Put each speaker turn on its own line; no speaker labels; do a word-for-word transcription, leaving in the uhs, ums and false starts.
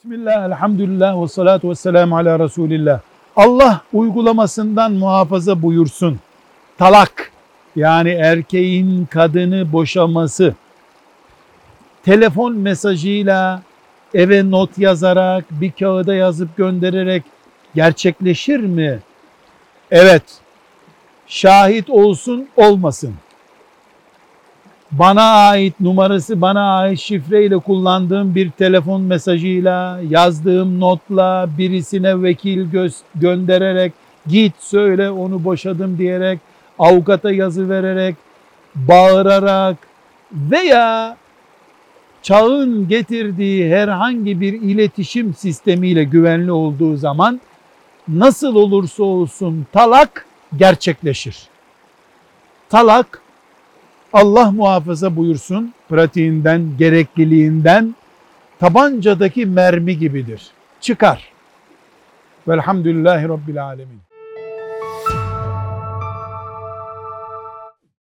Bismillah, elhamdülillah ve salatu ve selamu ala Resulillah. Allah uygulamasından muhafaza buyursun. Talak, yani erkeğin kadını boşaması, telefon mesajıyla, eve not yazarak, bir kağıda yazıp göndererek gerçekleşir mi? Evet. Şahit olsun, olmasın. Bana ait numarası, bana ait şifreyle kullandığım bir telefon mesajıyla, yazdığım notla, birisine vekil gö- göndererek, git söyle onu boşadım diyerek, avukata yazı vererek, bağırarak veya çağın getirdiği herhangi bir iletişim sistemiyle güvenli olduğu zaman nasıl olursa olsun talak gerçekleşir. Talak, Allah muhafaza buyursun, pratiğinden, gerekliliğinden tabancadaki mermi gibidir. Çıkar. Velhamdülillahi Rabbil Alemin.